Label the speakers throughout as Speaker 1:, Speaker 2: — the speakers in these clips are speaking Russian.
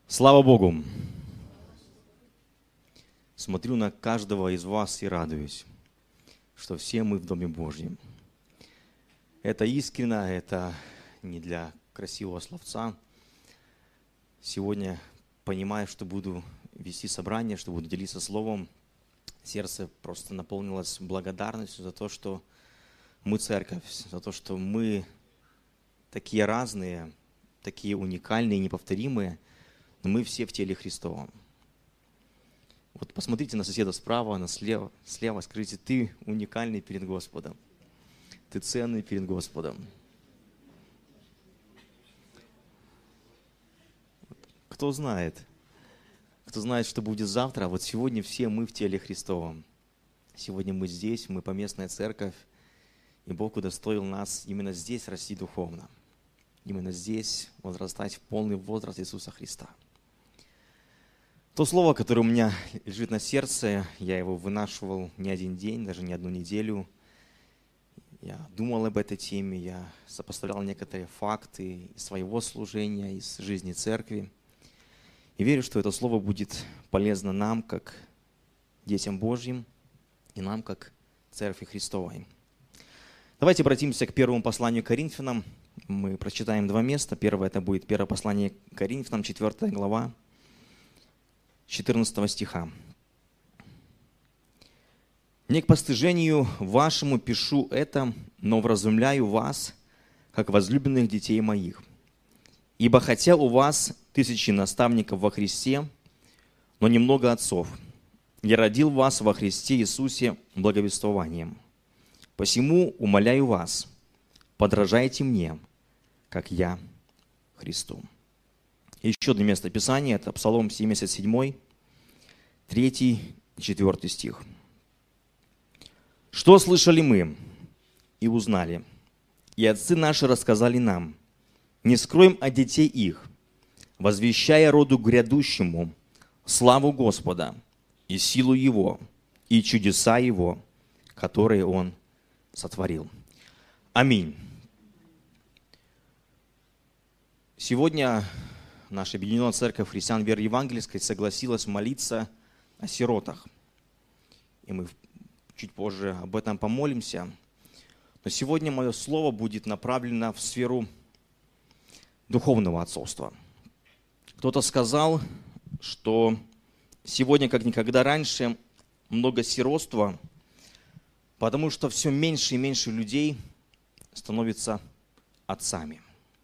Speaker 1: Слава Богу! Смотрю на каждого из вас и радуюсь, что все мы в Доме Божьем. Это искренно, это не для красивого словца. Сегодня, понимая, что буду вести собрание, что буду делиться словом, сердце просто наполнилось благодарностью за то, что мы церковь, за то, что мы такие разные, такие уникальные, неповторимые, но мы все в теле Христовом. Вот посмотрите на соседа справа, на слева, скажите: ты уникальный перед Господом, ты ценный перед Господом. Кто знает, что будет завтра, а вот сегодня все мы в теле Христовом. Сегодня мы здесь, мы поместная церковь, и Бог удостоил нас именно здесь расти духовно, именно здесь возрастать в полный возраст Иисуса Христа. То слово, которое у меня лежит на сердце, я его вынашивал не один день, даже не одну неделю. Я думал об этой теме, я сопоставлял некоторые факты из своего служения, из жизни церкви. И верю, что это слово будет полезно нам, как детям Божьим, и нам, как Церкви Христовой. Давайте обратимся к первому посланию к Коринфянам. Мы прочитаем два места. Первое — это будет первое послание к Коринфянам, 4 глава, 14 стиха. «Не к постыжению вашему пишу это, но вразумляю вас, как возлюбленных детей моих. Ибо хотя у вас 1000 наставников во Христе, но немного отцов, я родил вас во Христе Иисусе благовествованием. Посему умоляю вас, подражайте мне, как я Христу». Еще одно место Писания, это Псалом 77, 3 и 4 стих. «Что слышали мы и узнали, и отцы наши рассказали нам, не скроем от детей их, возвещая роду грядущему славу Господа и силу Его, и чудеса Его, которые Он сотворил». Аминь. Сегодня наша Объединенная Церковь Христиан Веры Евангельской согласилась молиться о сиротах. И мы чуть позже об этом помолимся. Но сегодня мое слово будет направлено в сферу духовного отцовства. Кто-то сказал, что сегодня, как никогда раньше, много сиротства, потому что все меньше и меньше людей становятся отцами.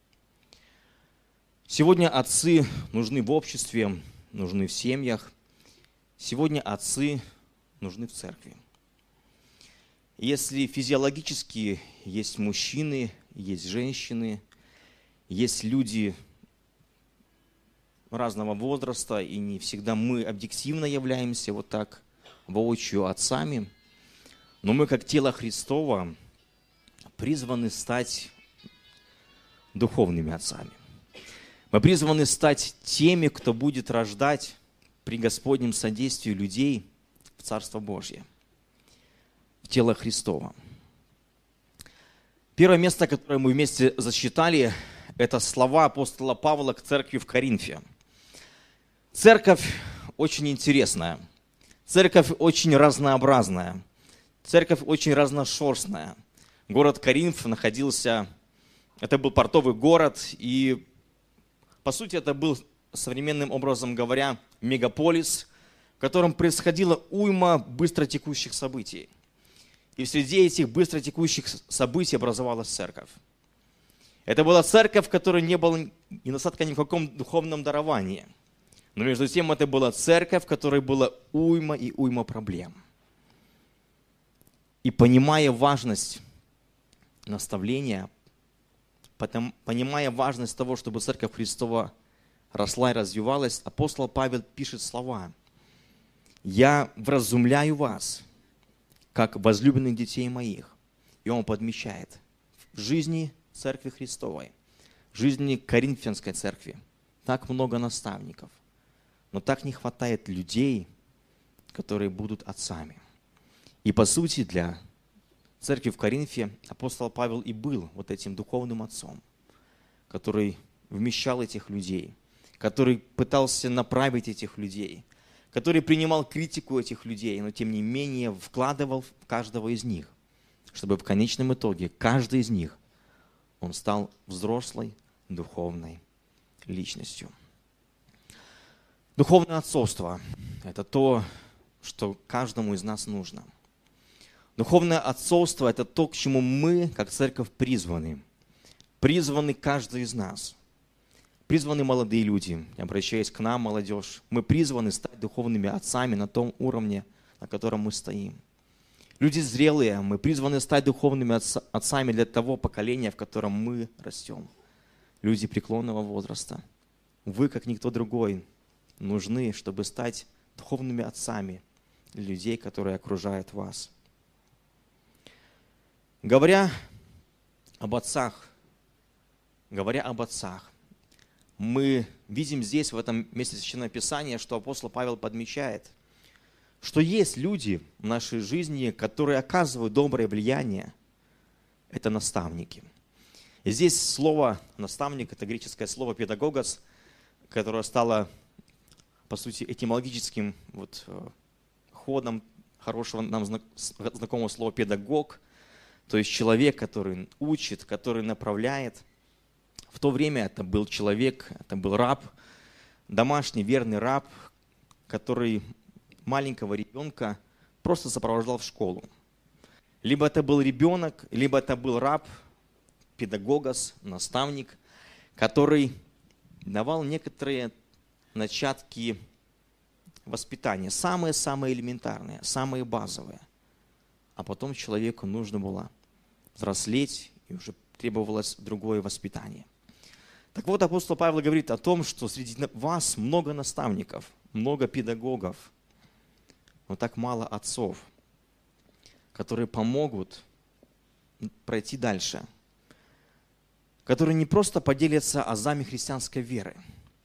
Speaker 1: Сегодня отцы нужны в обществе, нужны в семьях. Сегодня отцы нужны в церкви. Если физиологически есть мужчины, есть женщины, есть люди разного возраста, и не всегда мы объективно являемся вот так воочию отцами, но мы, как тело Христово, призваны стать духовными отцами. Мы призваны стать теми, кто будет рождать при Господнем содействии людей в Царство Божье, в тело Христово. Первое место, которое мы вместе зачитали, это слова апостола Павла к церкви в Коринфе. Церковь очень интересная, церковь очень разнообразная, церковь очень разношерстная. Город Коринф находился, это был портовый город, и по сути это был, современным образом говоря, мегаполис, в котором происходила уйма быстротекущих событий. И среди этих быстротекущих событий образовалась церковь. Это была церковь, в которой не было недостатка ни в каком духовном даровании. Но между тем это была церковь, в которой была уйма и уйма проблем. И понимая важность наставления, понимая важность того, чтобы Церковь Христова росла и развивалась, апостол Павел пишет слова: «Я вразумляю вас, как возлюбленных детей моих». И он подмечает: в жизни Церкви Христовой, в жизни Коринфянской церкви так много наставников, но так не хватает людей, которые будут отцами. И по сути для церкви в Коринфе апостол Павел и был вот этим духовным отцом, который вмещал этих людей, который пытался направить этих людей, который принимал критику этих людей, но тем не менее вкладывал в каждого из них, чтобы в конечном итоге каждый из них, он стал взрослой духовной личностью. Духовное отцовство – это то, что каждому из нас нужно. Духовное отцовство – это то, к чему мы, как церковь, призваны. Призваны каждый из нас. Призваны молодые люди, я обращаюсь к нам, молодежь. Мы призваны стать духовными отцами на том уровне, на котором мы стоим. Люди зрелые, мы призваны стать духовными отцами для того поколения, в котором мы растем. Люди преклонного возраста. Вы, как никто другой, нужны, чтобы стать духовными отцами для людей, которые окружают вас. Говоря об отцах, мы видим здесь, в этом месте Священного Писания, что апостол Павел подмечает, что есть люди в нашей жизни, которые оказывают доброе влияние. Это наставники. И здесь слово «наставник» — это греческое слово «педагогос», которое стало, по сути, этимологическим ходом хорошего нам знакомого слова «педагог», то есть человек, который учит, который направляет. В то время это был человек, это был раб, домашний верный раб, который маленького ребенка просто сопровождал в школу. Либо это был ребенок, либо это был раб, педагогос, наставник, который давал некоторые начатки воспитания, самые-самые элементарные, самые базовые. А потом человеку нужно было взрослеть, и уже требовалось другое воспитание. Так вот, апостол Павел говорит о том, что среди вас много наставников, много педагогов, но так мало отцов, которые помогут пройти дальше, которые не просто поделятся азами христианской веры,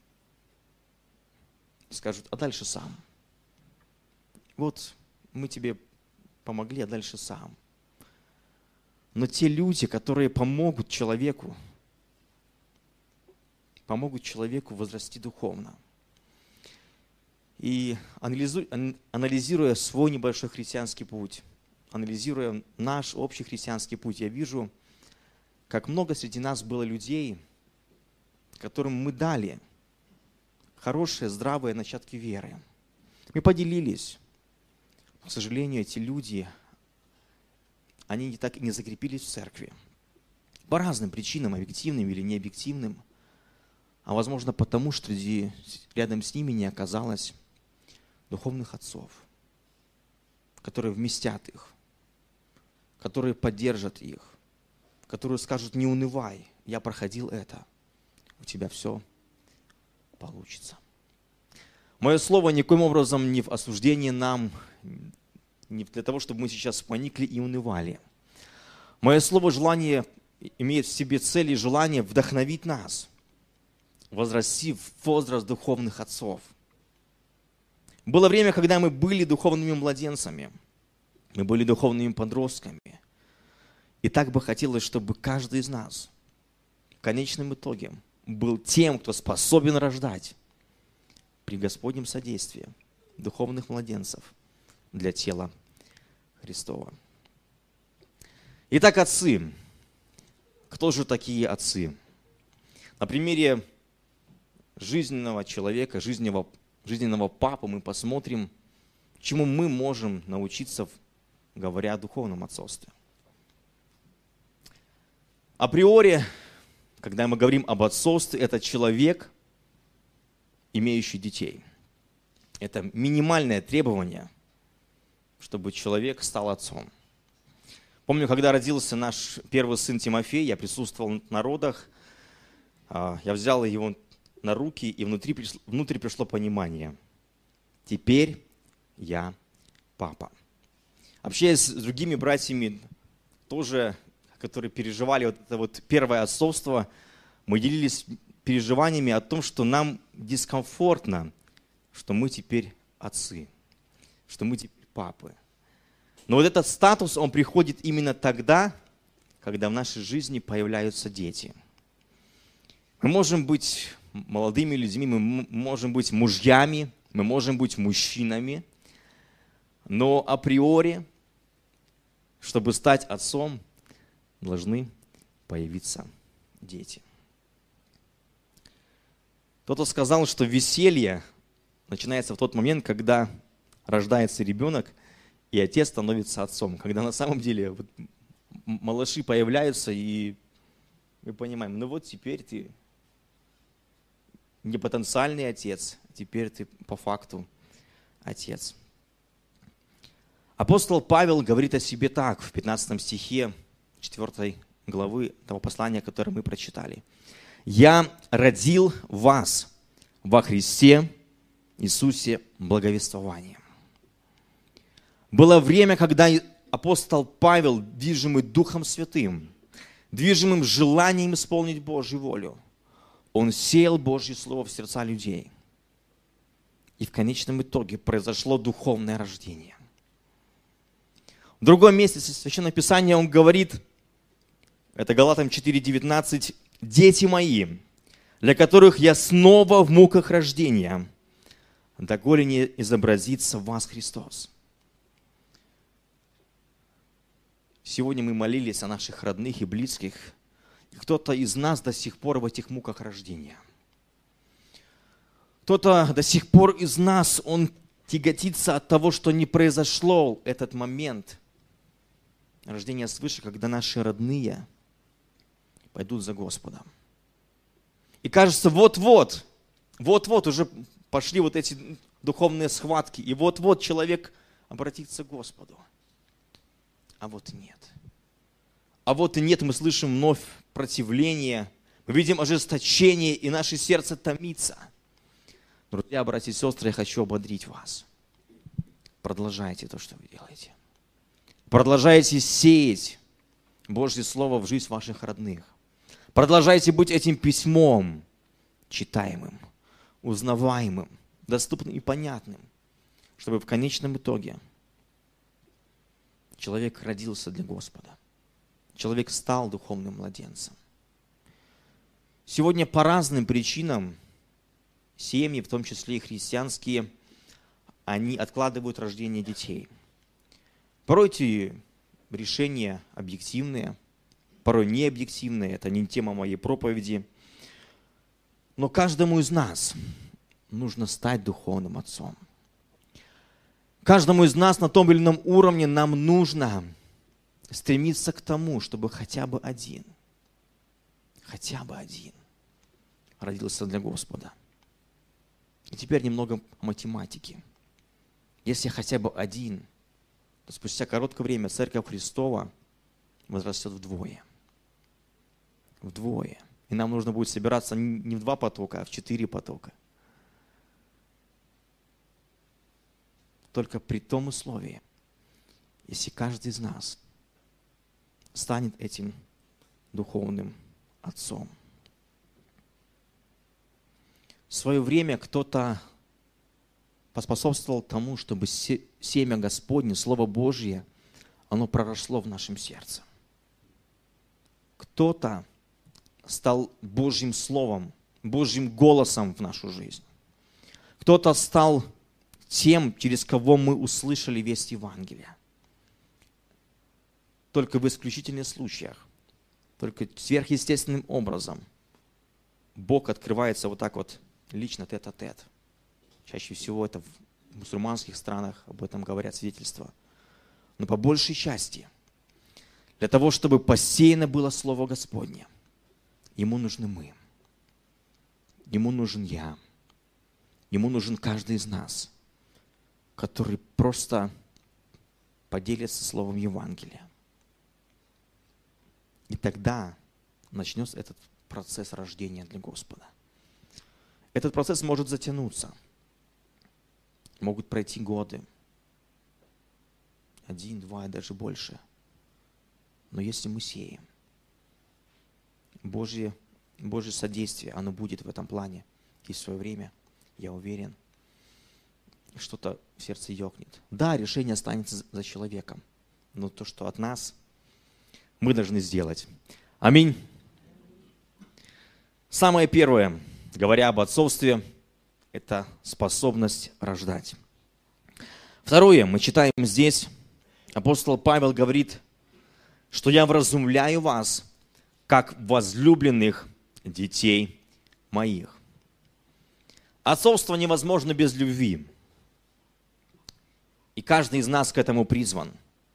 Speaker 1: скажут, а дальше сам. Вот мы тебе помогли, а дальше сам. Но те люди, которые помогут человеку возрасти духовно. И анализируя свой небольшой христианский путь, анализируя наш общий христианский путь, я вижу, как много среди нас было людей, которым мы дали хорошие, здравые начатки веры. Мы поделились. К сожалению, эти люди, они так и не закрепились в церкви. По разным причинам, объективным или необъективным. А возможно потому, что рядом с ними не оказалось духовных отцов, которые вместят их, которые поддержат их, которые скажут, не унывай, я проходил это, у тебя все получится. Мое слово никоим образом не в осуждении нам, не для того, чтобы мы сейчас поникли и унывали. Мое слово желание имеет в себе цель и желание вдохновить нас, возрасти в возраст духовных отцов. Было время, когда мы были духовными младенцами, мы были духовными подростками. И так бы хотелось, чтобы каждый из нас в конечном итоге был тем, кто способен рождать при Господнем содействии духовных младенцев для тела Христова. Итак, отцы. Кто же такие отцы? На примере жизненного человека, жизненного папы мы посмотрим, чему мы можем научиться, говоря о духовном отцовстве. Априори, когда мы говорим об отцовстве, это человек, имеющий детей. Это минимальное требование, чтобы человек стал отцом. Помню, когда родился наш первый сын Тимофей, я присутствовал на родах, я взял его на руки, и внутри пришло понимание. Теперь я папа. Общаясь с другими братьями, тоже, которые переживали это первое отцовство, мы делились переживаниями о том, что нам дискомфортно, что мы теперь отцы, что мы теперь папы. Но вот этот статус, он приходит именно тогда, когда в нашей жизни появляются дети. Мы можем быть молодыми людьми, мы можем быть мужьями, мы можем быть мужчинами, но априори, чтобы стать отцом, должны появиться дети. Кто-то сказал, что веселье начинается в тот момент, когда рождается ребенок, и отец становится отцом. Когда на самом деле вот малыши появляются, и мы понимаем, ну вот теперь ты не потенциальный отец, теперь ты по факту отец. Апостол Павел говорит о себе так в 15 стихе 4 главы того послания, которое мы прочитали. «Я родил вас во Христе Иисусе благовествованием». Было время, когда апостол Павел, движимый Духом Святым, движимым желанием исполнить Божью волю, он сеял Божье Слово в сердца людей. И в конечном итоге произошло духовное рождение. В другом месте Священного Писания он говорит, это Галатам 4:19, «Дети мои, для которых я снова в муках рождения, доколе не изобразится в вас Христос». Сегодня мы молились о наших родных и близких, и кто-то из нас до сих пор в этих муках рождения. Кто-то до сих пор из нас, он тяготится от того, что не произошло этот момент рождения свыше, когда наши родные пойдут за Господом. И кажется, вот-вот уже пошли вот эти духовные схватки, и вот-вот человек обратится к Господу. А вот и нет. А вот и нет, мы слышим вновь противление, мы видим ожесточение, и наше сердце томится. Друзья, братья и сестры, я хочу ободрить вас. Продолжайте то, что вы делаете. Продолжайте сеять Божье Слово в жизнь ваших родных. Продолжайте быть этим письмом, читаемым, узнаваемым, доступным и понятным, чтобы в конечном итоге человек родился для Господа. Человек стал духовным младенцем. Сегодня по разным причинам семьи, в том числе и христианские, они откладывают рождение детей. Порой эти решения объективные, порой не объективные, это не тема моей проповеди. Но каждому из нас нужно стать духовным отцом. Каждому из нас на том или ином уровне нам нужно стремиться к тому, чтобы хотя бы один родился для Господа. И теперь немного математики. Если хотя бы один, то спустя короткое время Церковь Христова возрастет вдвое. Вдвое. И нам нужно будет собираться не в 2 потока, а в 4 потока. Только при том условии, если каждый из нас станет этим духовным отцом. В свое время кто-то поспособствовал тому, чтобы семя Господне, Слово Божье, оно проросло в нашем сердце. Кто-то стал Божьим Словом, Божьим голосом в нашу жизнь. Кто-то стал тем, через кого мы услышали весть Евангелия. Только в исключительных случаях, только сверхъестественным образом Бог открывается вот так вот лично тет-а-тет. Чаще всего это в мусульманских странах, об этом говорят свидетельства. Но по большей части, для того, чтобы посеяно было Слово Господне, Ему нужны мы. Ему нужен я. Ему нужен каждый из нас, который просто поделится Словом Евангелия. И тогда начнется этот процесс рождения для Господа. Этот процесс может затянуться. Могут пройти годы. 1, 2 и даже больше. Но если мы сеем, Божье содействие, оно будет в этом плане. И в свое время, я уверен, что-то в сердце ёкнет. Да, решение останется за человеком. Но то, что от нас, мы должны сделать. Аминь. Самое первое, говоря об отцовстве, это способность рождать. Второе, мы читаем здесь, апостол Павел говорит, что я вразумляю вас, как возлюбленных детей моих. Отцовство невозможно без любви. И каждый из нас к этому призван.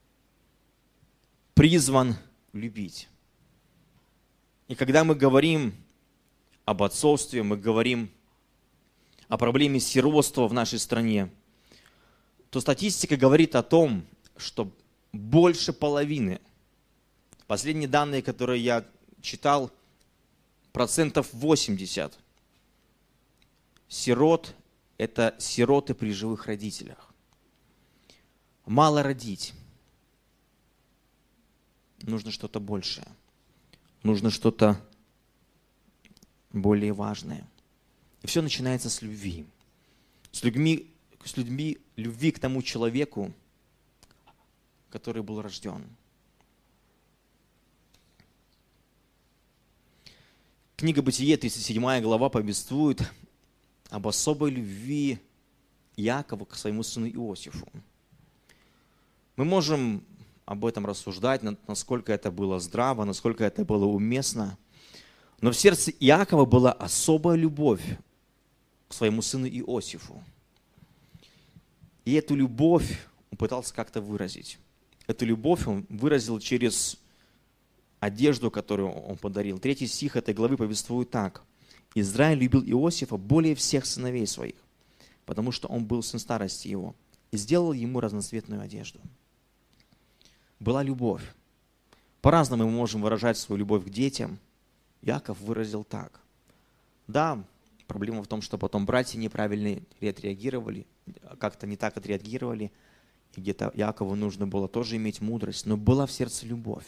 Speaker 1: Призван любить. И когда мы говорим об отцовстве, мы говорим о проблеме сиротства в нашей стране, то статистика говорит о том, что больше половины, последние данные, которые я читал, 80% сирот – это сироты при живых родителях. Мало родить. Нужно что-то большее. Нужно что-то более важное. И все начинается с любви. С любви к тому человеку, который был рожден. Книга Бытие, 37 глава, повествует об особой любви Иакова к своему сыну Иосифу. Мы можем об этом рассуждать, насколько это было здраво, насколько это было уместно. Но в сердце Иакова была особая любовь к своему сыну Иосифу. И эту любовь он пытался как-то выразить. Эту любовь он выразил через одежду, которую он подарил. 3 стих этой главы повествует так. «Израиль любил Иосифа более всех сыновей своих, потому что он был сын старости его, и сделал ему разноцветную одежду». Была любовь. По-разному мы можем выражать свою любовь к детям. Иаков выразил так. Да, проблема в том, что потом братья неправильно отреагировали, как-то не так отреагировали, и где-то Иакову нужно было тоже иметь мудрость, но была в сердце любовь.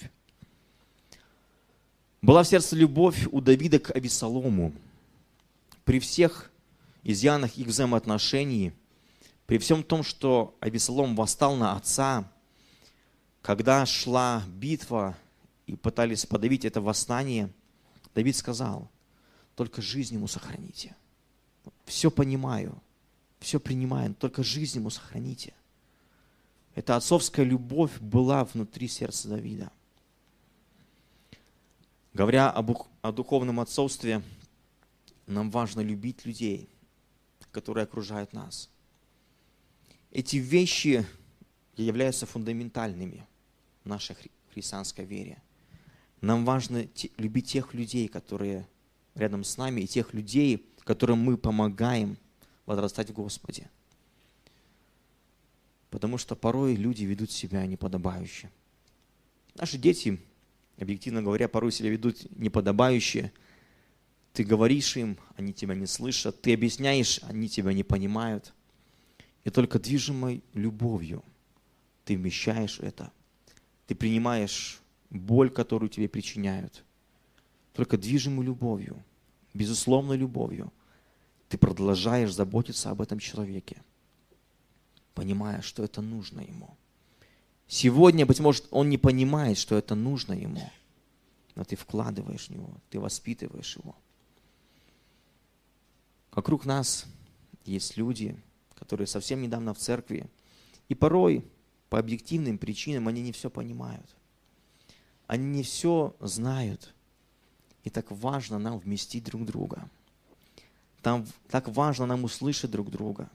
Speaker 1: Была в сердце любовь у Давида к Авессалому. При всех изъянах их взаимоотношений, при всем том, что Авессалом восстал на отца, когда шла битва и пытались подавить это восстание, Давид сказал, только жизнь ему сохраните. Все понимаю, все принимаю, только жизнь ему сохраните. Эта отцовская любовь была внутри сердца Давида. Говоря о духовном отцовстве, нам важно любить людей, которые окружают нас. Эти вещи являются фундаментальными в нашей христианской вере. Нам важно любить тех людей, которые рядом с нами, и тех людей, которым мы помогаем возрастать в Господе. Потому что порой люди ведут себя неподобающе. Наши дети, объективно говоря, порой себя ведут неподобающе. Ты говоришь им, они тебя не слышат. Ты объясняешь, они тебя не понимают. И только движимой любовью ты вмещаешь это. Ты принимаешь боль, которую тебе причиняют. Только движимой любовью, безусловной любовью, ты продолжаешь заботиться об этом человеке, понимая, что это нужно ему. Сегодня, быть может, он не понимает, что это нужно ему, но ты вкладываешь в него, ты воспитываешь его. Вокруг нас есть люди, которые совсем недавно в церкви, и порой по объективным причинам они не все понимают. Они не все знают. И так важно нам вместить друг друга. Так важно нам услышать друг друга.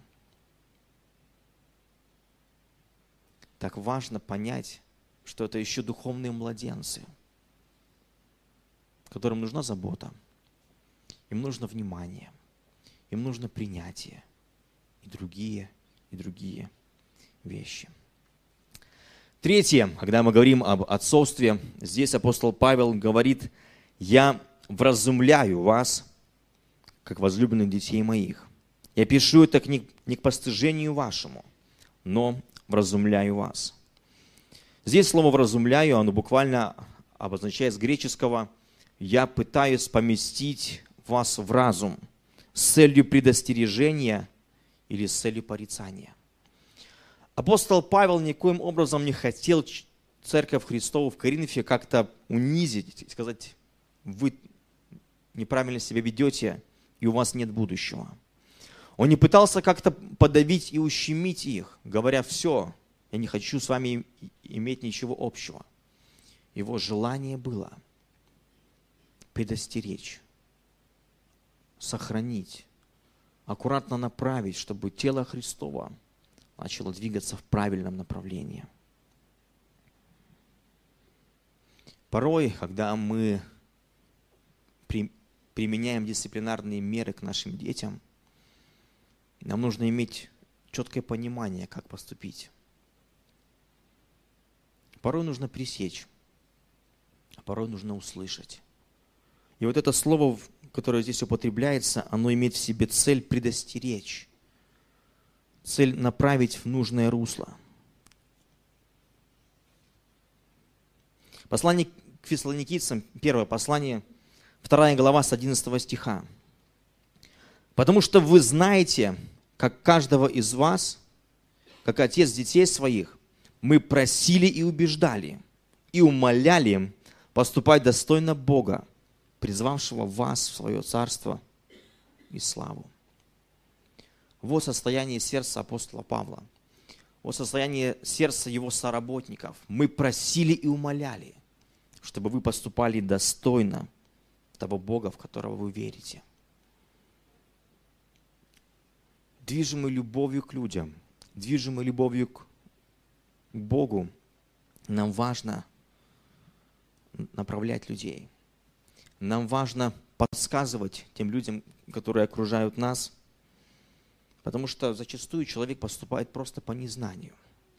Speaker 1: Так важно понять, что это еще духовные младенцы, которым нужна забота, им нужно внимание, им нужно принятие и другие вещи. Третье, когда мы говорим об отцовстве, здесь апостол Павел говорит, я вразумляю вас, как возлюбленных детей моих. Я пишу это не к постыжению вашему, но вразумляю вас. Здесь слово «вразумляю», оно буквально обозначает с греческого «я пытаюсь поместить вас в разум с целью предостережения или с целью порицания». Апостол Павел никоим образом не хотел церковь Христову в Коринфе как-то унизить, сказать, вы неправильно себя ведете, и у вас нет будущего. Он не пытался как-то подавить и ущемить их, говоря: все, я не хочу с вами иметь ничего общего. Его желание было предостеречь, сохранить, аккуратно направить, чтобы тело Христово начало двигаться в правильном направлении. Порой, когда мы применяем дисциплинарные меры к нашим детям, нам нужно иметь четкое понимание, как поступить. Порой нужно пресечь, а порой нужно услышать. И вот это слово, которое здесь употребляется, оно имеет в себе цель предостеречь, цель направить в нужное русло. Послание к Фессалоникийцам, 1 послание, 2 глава с 11 стиха. «Потому что вы знаете, как каждого из вас, как отец детей своих, мы просили и убеждали, и умоляли поступать достойно Бога, призвавшего вас в свое царство и славу». Вот состояние сердца апостола Павла. Вот состояние сердца его соработников. Мы просили и умоляли, чтобы вы поступали достойно того Бога, в которого вы верите. Движимы любовью к людям, движимы любовью к Богу, нам важно направлять людей. Нам важно подсказывать тем людям, которые окружают нас, потому что зачастую человек поступает просто по незнанию.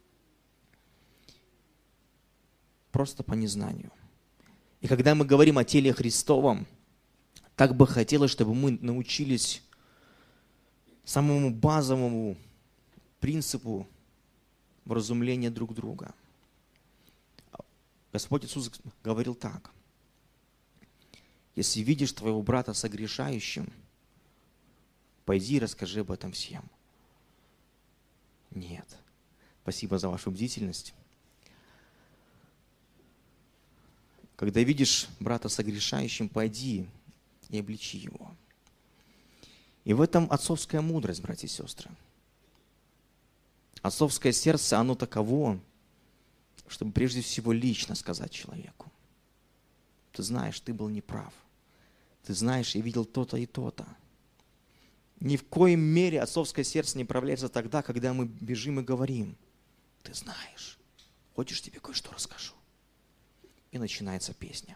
Speaker 1: Просто по незнанию. И когда мы говорим о теле Христовом, так бы хотелось, чтобы мы научились самому базовому принципу вразумления друг друга. Господь Иисус говорил так: если видишь твоего брата согрешающим, пойди и расскажи об этом всем. Нет. Спасибо за вашу бдительность. Когда видишь брата согрешающим, пойди и обличи его. И в этом отцовская мудрость, братья и сестры. Отцовское сердце, оно таково, чтобы прежде всего лично сказать человеку: ты знаешь, ты был неправ. Ты знаешь, я видел то-то и то-то. Ни в коем мере отцовское сердце не проявляется тогда, когда мы бежим и говорим: ты знаешь, хочешь, тебе кое-что расскажу. И начинается песня.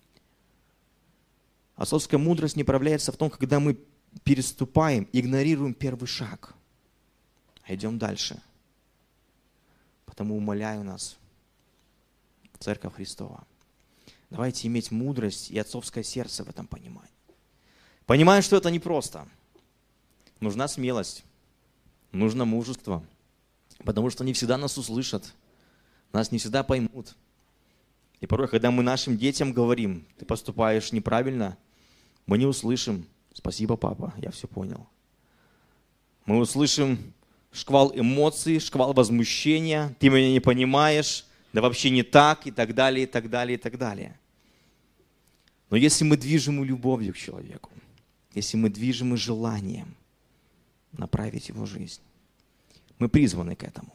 Speaker 1: Отцовская мудрость не проявляется в том, когда мы переступаем, игнорируем первый шаг, а идем дальше. Потому умоляю нас, Церковь Христова, давайте иметь мудрость и отцовское сердце в этом понимании. Понимаю, что это непросто. Нужна смелость, нужно мужество, потому что не всегда нас услышат, нас не всегда поймут. И порой, когда мы нашим детям говорим: ты поступаешь неправильно, мы не услышим: спасибо, папа, я все понял. Мы услышим шквал эмоций, шквал возмущения: ты меня не понимаешь, да вообще не так, и так далее, и так далее, и так далее. Но если мы движимы любовью к человеку, если мы движимы желанием направить его жизнь, мы призваны к этому.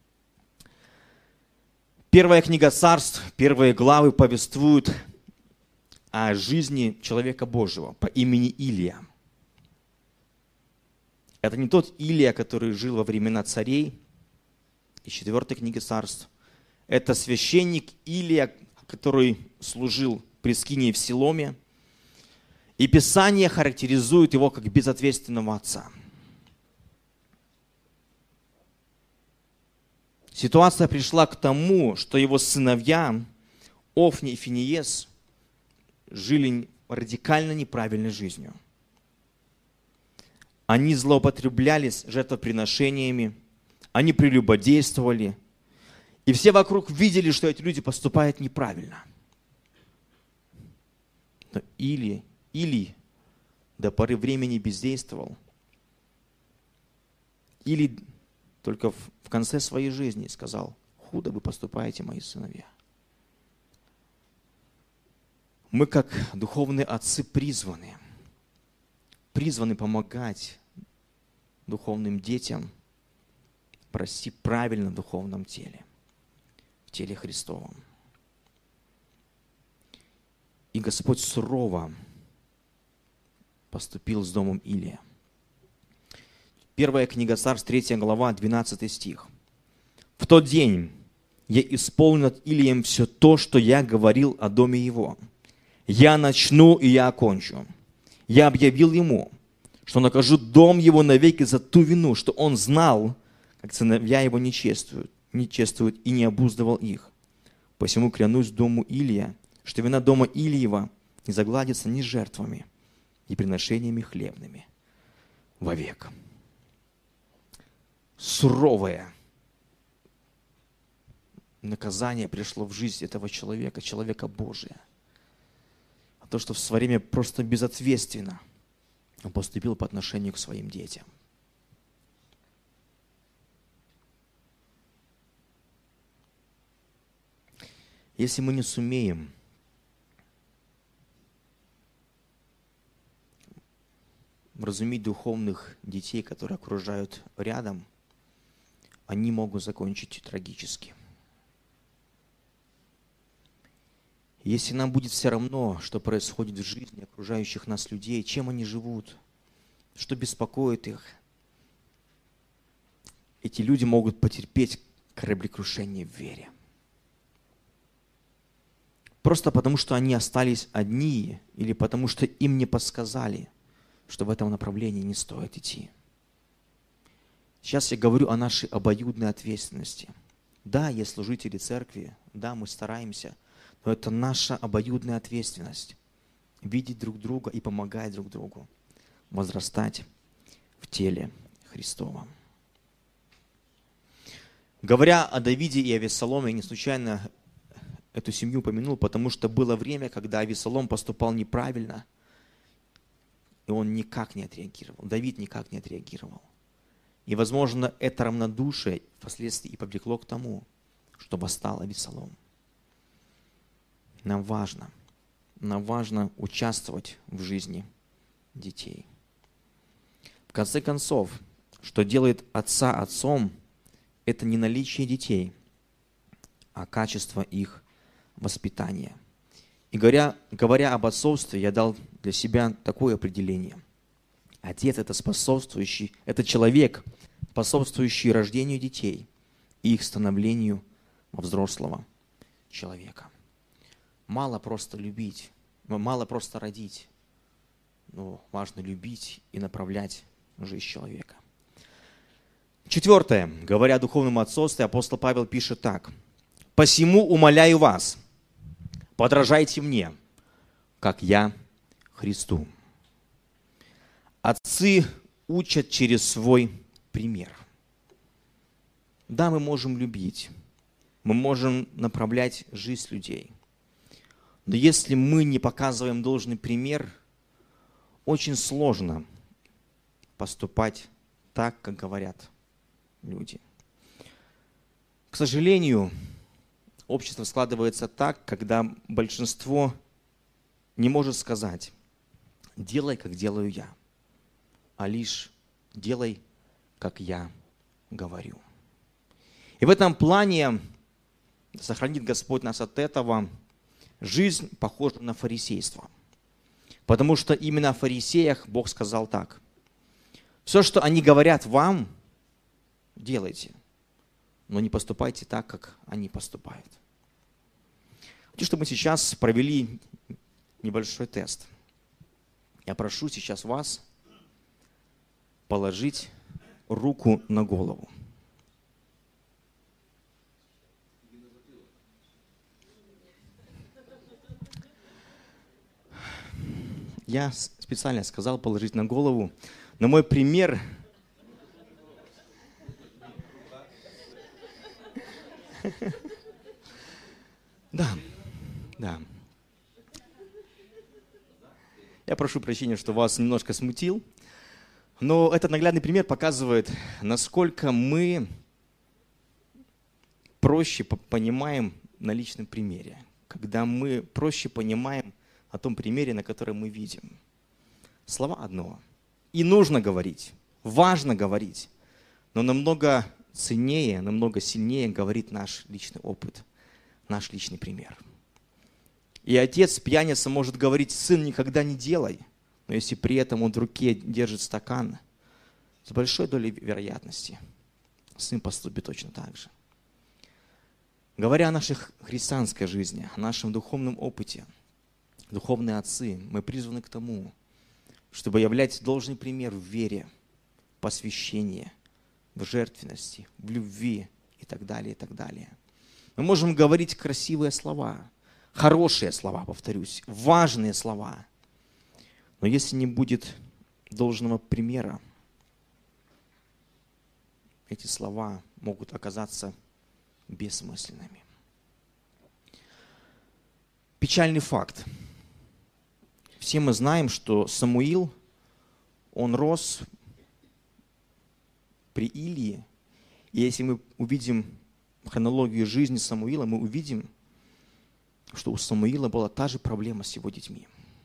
Speaker 1: Первая книга Царств, первые главы повествуют о жизни человека Божьего по имени Илия. Это не тот Илия, который жил во времена царей, из 4 книги Царств. Это священник Илия, который служил при скинии в Силоме. И Писание характеризует его как безответственного отца. Ситуация пришла к тому, что его сыновья Офни и Финиес жили радикально неправильной жизнью. Они злоупотребляли жертвоприношениями, они прелюбодействовали, и все вокруг видели, что эти люди поступают неправильно. Но Илий до поры времени бездействовал. Илий только в конце своей жизни сказал: худо вы поступаете, мои сыновья. Мы, как духовные отцы, призваны призваны помогать духовным детям расти правильно в духовном теле, в теле Христовом. И Господь сурово поступил с домом Илия. Первая книга Царств, 3 глава, 12 стих. «В тот день я исполню над Илием все то, что я говорил о доме его. Я начну, и я окончу. Я объявил ему, что накажу дом его навеки за ту вину, что он знал, как сыновья его не чествуют и не обуздывал их. Посему клянусь дому Илия, что вина дома Илиева не загладится ни жертвами, ни приношениями хлебными вовек». Суровое наказание пришло в жизнь этого человека, человека Божия. А то, что в свое время просто безответственно он поступил по отношению к своим детям. Если мы не сумеем вразумить духовных детей, которые окружают рядом, они могут закончить трагически. Если нам будет все равно, что происходит в жизни окружающих нас людей, чем они живут, что беспокоит их, эти люди могут потерпеть кораблекрушение в вере. Просто потому, что они остались одни, или потому, что им не подсказали, что в этом направлении не стоит идти. Сейчас я говорю о нашей обоюдной ответственности. Да, есть служители церкви, да, мы стараемся, но это наша обоюдная ответственность. Видеть друг друга и помогать друг другу возрастать в теле Христовом. Говоря о Давиде и Авессаломе, я не случайно эту семью упомянул, потому что было время, когда Авессалом поступал неправильно, и он никак не отреагировал. Давид никак не отреагировал. И, возможно, это равнодушие впоследствии и повлекло к тому, что восстал Авессалом. Нам важно участвовать в жизни детей. В конце концов, что делает отца отцом, это не наличие детей, а качество их воспитания. И говоря об отцовстве, я дал для себя такое определение. Отец – это это человек, способствующий рождению детей и их становлению во взрослого человека. Мало просто любить, мало просто родить, но важно любить и направлять жизнь человека. 4. Говоря о духовном отцовстве, апостол Павел пишет так. «Посему умоляю вас, подражайте мне, как я Христу». Отцы учат через свой пример. Да, мы можем любить, мы можем направлять жизнь людей. Но если мы не показываем должный пример, очень сложно поступать так, как говорят люди. К сожалению, общество складывается так, когда большинство не может сказать: «Делай, как делаю я», а лишь «делай, как я говорю». И в этом плане, сохранит Господь нас от этого, жизнь похожа на фарисейство. Потому что именно о фарисеях Бог сказал так: «Все, что они говорят вам, делайте, но не поступайте так, как они поступают». Хочу, чтобы мы сейчас провели небольшой тест. Я прошу сейчас вас положить руку на голову. Я специально сказал положить на голову, но мой пример... Да. Я прошу прощения, что вас немножко смутил, но этот наглядный пример показывает, насколько мы проще понимаем на личном примере, когда мы проще понимаем о том примере, на котором мы видим. Слова одно, И нужно говорить, важно говорить, но намного ценнее, намного сильнее говорит наш личный опыт, наш личный пример. И отец пьяница может говорить: сын, никогда не делай, но если при этом он в руке держит стакан, с большой долей вероятности сын поступит точно так же. Говоря о нашей христианской жизни, о нашем духовном опыте, духовные отцы, мы призваны к тому, чтобы являть должный пример в вере, в посвящении, в жертвенности, в любви и так далее, и так далее. Мы можем говорить красивые слова, хорошие слова, повторюсь, важные слова. Но если не будет должного примера, эти слова могут оказаться бессмысленными. Печальный факт. Все мы знаем, что Самуил, он рос при Илии. И если мы увидим хронологию жизни Самуила, мы увидим, что у Самуила была та же проблема с его детьми.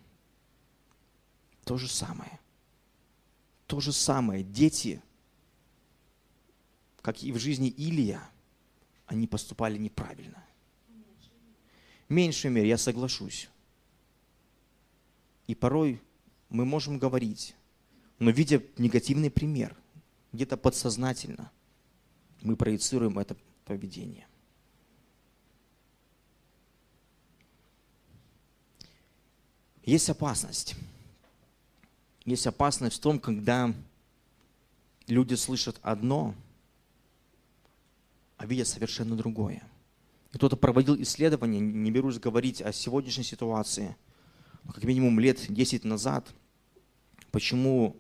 Speaker 1: То же самое. То же самое. Дети, как и в жизни Илия, они поступали неправильно. В меньшей мере, я соглашусь. И порой мы можем говорить, но видя негативный пример, где-то подсознательно мы проецируем это поведение. Есть опасность. Есть опасность в том, когда люди слышат одно, а видят совершенно другое. И кто-то проводил исследования, не берусь говорить о сегодняшней ситуации, но как минимум лет 10 назад, почему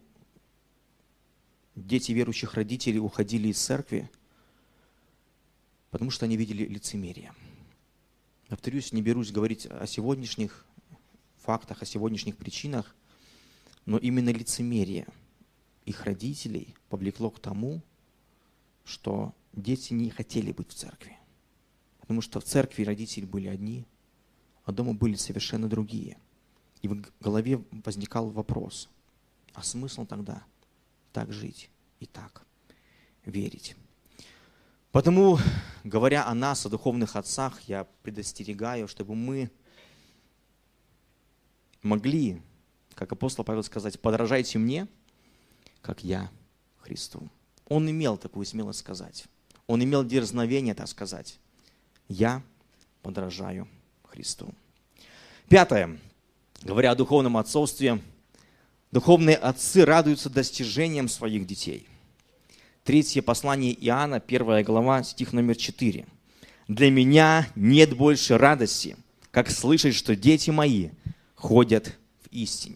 Speaker 1: дети верующих родителей уходили из церкви, потому что они видели лицемерие. Повторюсь, не берусь говорить о сегодняшних фактах, о сегодняшних причинах, но именно лицемерие их родителей повлекло к тому, что дети не хотели быть в церкви. Потому что в церкви родители были одни, а дома были совершенно другие. И в голове возникал вопрос: а смысл тогда так жить и так верить? Потому, говоря о нас, о духовных отцах, я предостерегаю, чтобы мы могли, как апостол Павел сказать, подражайте мне, как я Христу. Он имел такую смелость сказать. Он имел дерзновение так сказать. Я подражаю Христу. 5. Говоря о духовном отцовстве, духовные отцы радуются достижениям своих детей. 3 послание Иоанна, 1 глава, стих номер 4. «Для меня нет больше радости, как слышать, что дети мои ходят в истине».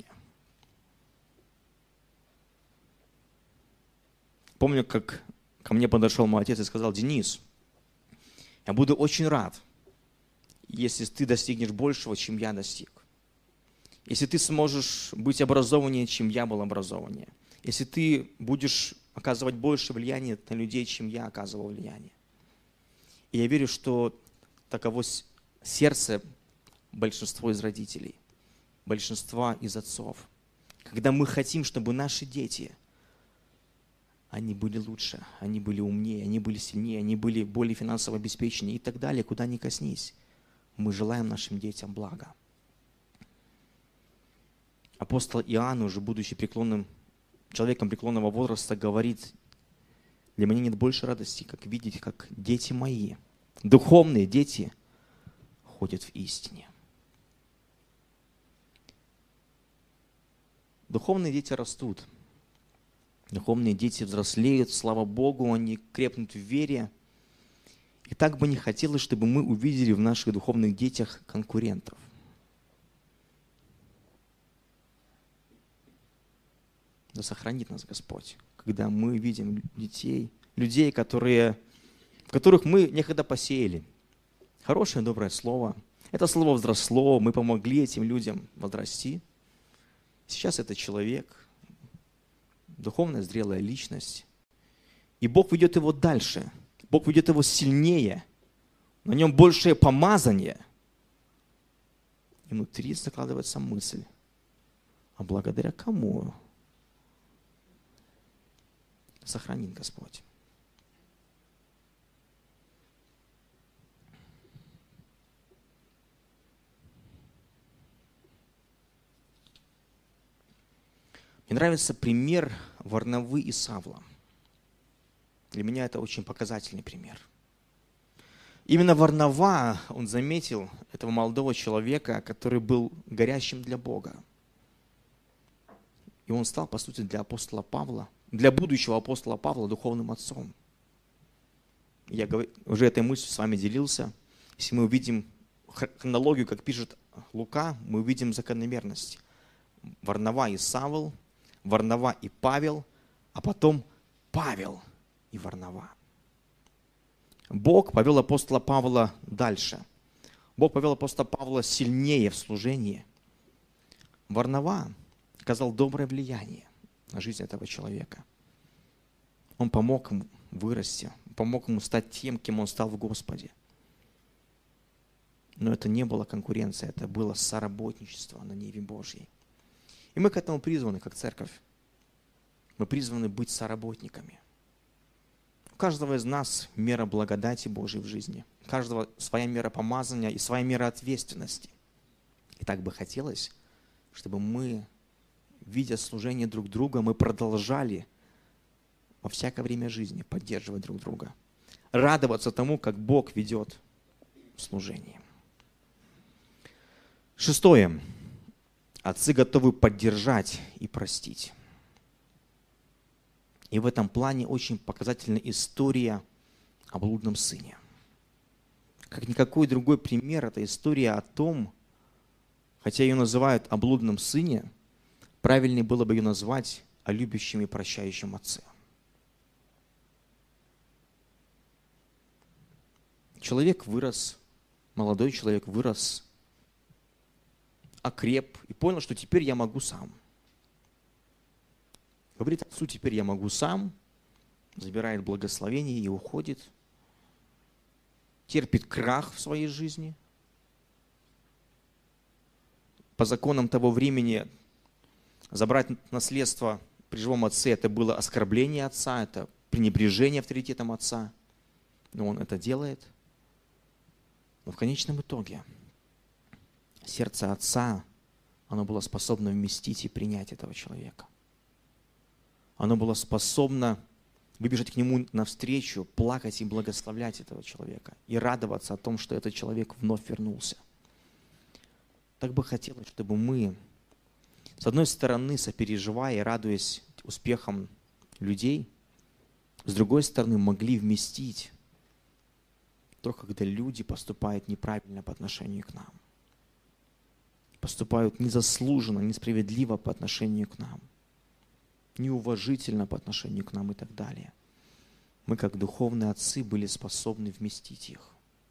Speaker 1: Помню, как ко мне подошел мой отец и сказал: Денис, я буду очень рад, если ты достигнешь большего, чем я достиг. Если ты сможешь быть образованнее, чем я был образованнее. Если ты будешь оказывать больше влияния на людей, чем я оказывал влияние. И я верю, что таково сердце большинства из родителей, большинства из отцов. Когда мы хотим, чтобы наши дети, они были лучше, они были умнее, они были сильнее, они были более финансово обеспеченнее и так далее, куда ни коснись. Мы желаем нашим детям блага. Апостол Иоанн, уже будучи человеком преклонного возраста, говорит: для меня нет больше радости, как видеть, как дети мои, духовные дети, ходят в истине. Духовные дети растут. Духовные дети взрослеют, слава Богу, они крепнут в вере. И так бы не хотелось, чтобы мы увидели в наших духовных детях конкурентов. Да сохранит нас Господь, когда мы видим детей, людей, в которых мы некогда посеяли. Хорошее, доброе слово. Это слово взросло, мы помогли этим людям возрасти. Сейчас это человек, духовная зрелая личность. И Бог ведет его дальше. Бог ведет его сильнее. На нем большее помазание. И внутри закладывается мысль: а благодаря кому сохранит Господь. Мне нравится пример Варнавы и Савла. Для меня это очень показательный пример. Именно Варнава, он заметил этого молодого человека, который был горящим для Бога. И он стал, по сути, для апостола Павла, для будущего апостола Павла духовным отцом. Я уже этой мыслью с вами делился. Если мы увидим хронологию, как пишет Лука, мы увидим закономерность. Варнава и Савл, Варнава и Павел, а потом Павел и Варнава. Бог повел апостола Павла дальше. Бог повел апостола Павла сильнее в служении. Варнава оказал доброе влияние на жизнь этого человека. Он помог ему вырасти, помог ему стать тем, кем он стал в Господе. Но это не было конкуренция, это было соработничество на ниве Божьей. И мы к этому призваны, как церковь. Мы призваны быть соработниками. У каждого из нас мера благодати Божьей в жизни. У каждого своя мера помазания и своя мера ответственности. И так бы хотелось, чтобы мы, видя служение друг друга, мы продолжали во всякое время жизни поддерживать друг друга. Радоваться тому, как Бог ведет служение. 6. Отцы готовы поддержать и простить. И в этом плане очень показательна история о блудном сыне. Как никакой другой пример, это история о том, хотя ее называют о блудном сыне, правильнее было бы ее назвать о любящем и прощающем отце. Человек вырос, молодой человек вырос, окреп и понял, что теперь я могу сам. Говорит отцу, теперь я могу сам, забирает благословение и уходит, терпит крах в своей жизни. По законам того времени забрать наследство при живом отце – это было оскорбление отца, это пренебрежение авторитетом отца. Но он это делает. Но в конечном итоге сердце отца, оно было способно вместить и принять этого человека. Оно было способно выбежать к нему навстречу, плакать и благословлять этого человека. И радоваться о том, что этот человек вновь вернулся. Так бы хотелось, чтобы мы, с одной стороны, сопереживая и радуясь успехам людей, с другой стороны, могли вместить то, когда люди поступают неправильно по отношению к нам. Поступают незаслуженно, несправедливо по отношению к нам. Неуважительно по отношению к нам и так далее. Мы, как духовные отцы, были способны вместить их,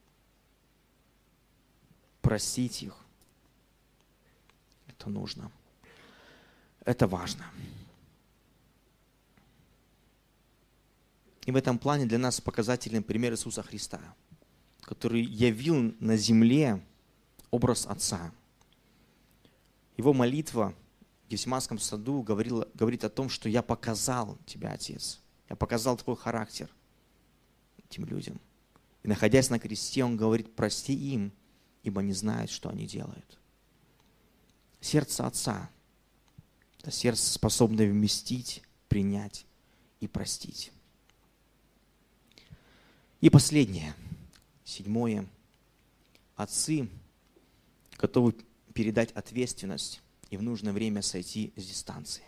Speaker 1: простить их. Это нужно. Это важно. И в этом плане для нас показательный пример Иисуса Христа, который явил на земле образ Отца. Его молитва в Гефсиманском саду говорит о том, что я показал тебя, Отец. Я показал твой характер этим людям. И находясь на кресте, он говорит, прости им, ибо не знают, что они делают. Сердце Отца – это сердце, способное вместить, принять и простить. И последнее, 7. Отцы готовы передать ответственность и в нужное время сойти с дистанции.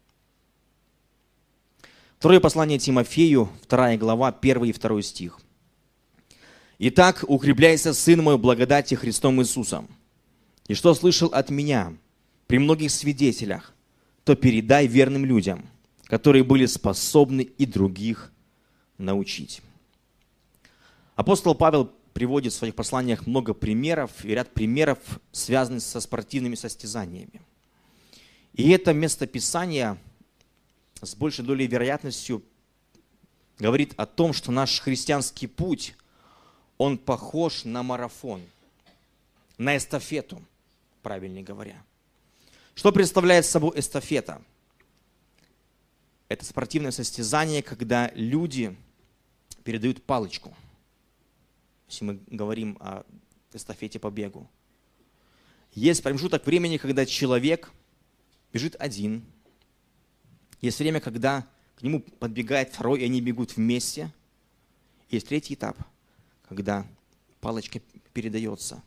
Speaker 1: Второе послание Тимофею, 2 глава, 1 и 2 стих. «Итак, укрепляйся, сын мой, благодати Христом Иисусом. И что слышал от меня при многих свидетелях, то передай верным людям, которые были способны и других научить». Апостол Павел приводит в своих посланиях много примеров, и ряд примеров связанных со спортивными состязаниями. И это местописание с большей долей вероятностью говорит о том, что наш христианский путь, он похож на марафон, на эстафету, правильнее говоря. Что представляет собой эстафета? Это спортивное состязание, когда люди передают палочку. Если мы говорим о эстафете по бегу. Есть промежуток времени, когда человек бежит один. Есть время, когда к нему подбегает второй, и они бегут вместе. Есть третий этап, когда палочка передается.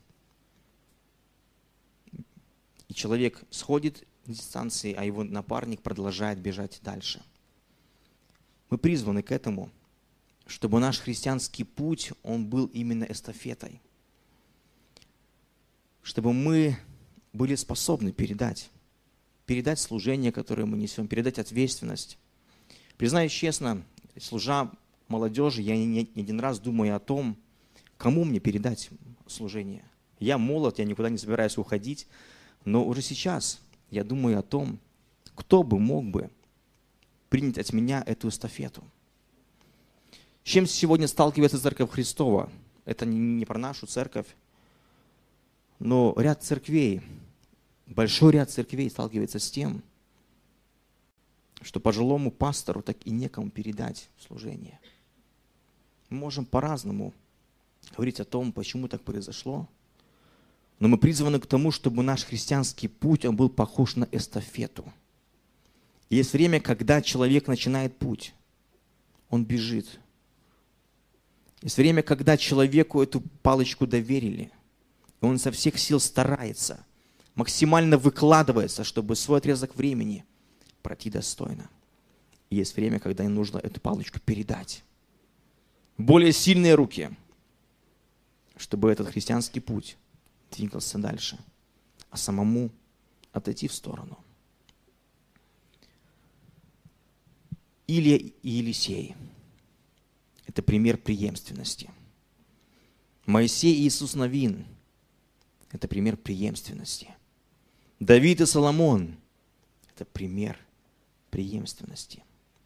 Speaker 1: И человек сходит с дистанции, а его напарник продолжает бежать дальше. Мы призваны к этому, чтобы наш христианский путь, он был именно эстафетой. Чтобы мы были способны передать служение, которое мы несем, передать ответственность. Признаюсь честно, служа молодежи, я не один раз думаю о том, кому мне передать служение. Я молод, я никуда не собираюсь уходить, но уже сейчас я думаю о том, кто бы мог бы принять от меня эту эстафету. С чем сегодня сталкивается Церковь Христова? Это не про нашу церковь, но ряд церквей, большой ряд церквей сталкивается с тем, что пожилому пастору так и некому передать служение. Мы можем по-разному говорить о том, почему так произошло, но мы призваны к тому, чтобы наш христианский путь, он был похож на эстафету. Есть время, когда человек начинает путь, он бежит. Есть время, когда человеку эту палочку доверили, и он со всех сил старается, максимально выкладывается, чтобы свой отрезок времени пройти достойно. И есть время, когда им нужно эту палочку передать. Более сильные руки, чтобы этот христианский путь двигался дальше, а самому отойти в сторону. Илия и Елисей – это пример преемственности. Моисей и Иисус Навин – это пример преемственности. Давид и Соломон – это пример преемственности.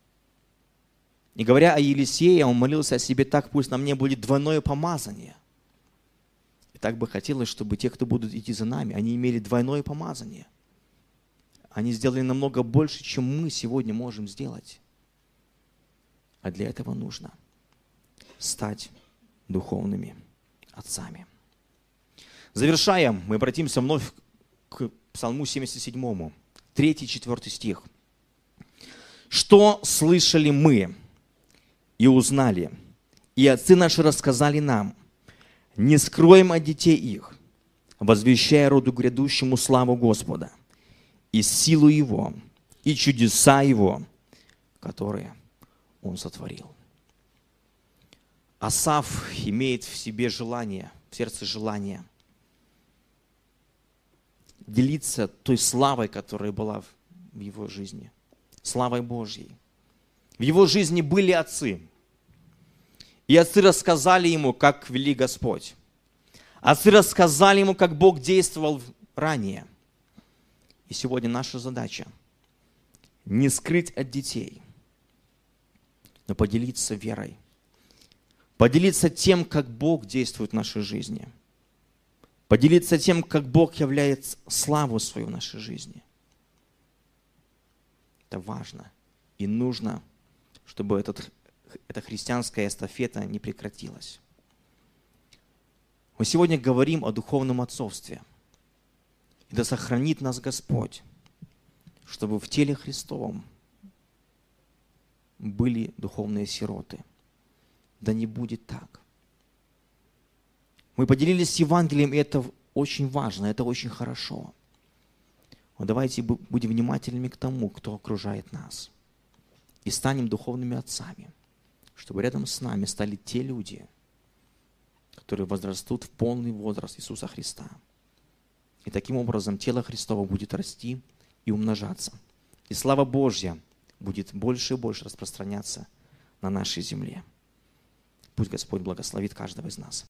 Speaker 1: И говоря о Елисее, он молился о себе так: пусть на мне будет двойное помазание. И так бы хотелось, чтобы те, кто будут идти за нами, они имели двойное помазание. Они сделали намного больше, чем мы сегодня можем сделать. А для этого нужно стать духовными отцами. Завершая, мы обратимся вновь к Псалму 77, 3-4 стих. «Что слышали мы и узнали, и отцы наши рассказали нам, не скроем от детей их, возвещая роду грядущему славу Господа, и силу Его, и чудеса Его, которые Он сотворил». Асаф имеет в себе желание, в сердце желание делиться той славой, которая была в его жизни, славой Божьей. В его жизни были отцы. И отцы рассказали ему, как вели Господь. Отцы рассказали ему, как Бог действовал ранее. И сегодня наша задача не скрыть от детей, но поделиться верой. Поделиться тем, как Бог действует в нашей жизни. Поделиться тем, как Бог являет славу свою в нашей жизни. Это важно. И нужно, чтобы эта христианская эстафета не прекратилась. Мы сегодня говорим о духовном отцовстве. И да сохранит нас Господь, чтобы в теле Христовом были духовные сироты. Да не будет так. Мы поделились Евангелием, и это очень важно, это очень хорошо. Но давайте будем внимательными к тому, кто окружает нас. И станем духовными отцами, чтобы рядом с нами стали те люди, которые возрастут в полный возраст Иисуса Христа. И таким образом тело Христово будет расти и умножаться. И слава Божья будет больше и больше распространяться на нашей земле. Пусть Господь благословит каждого из нас.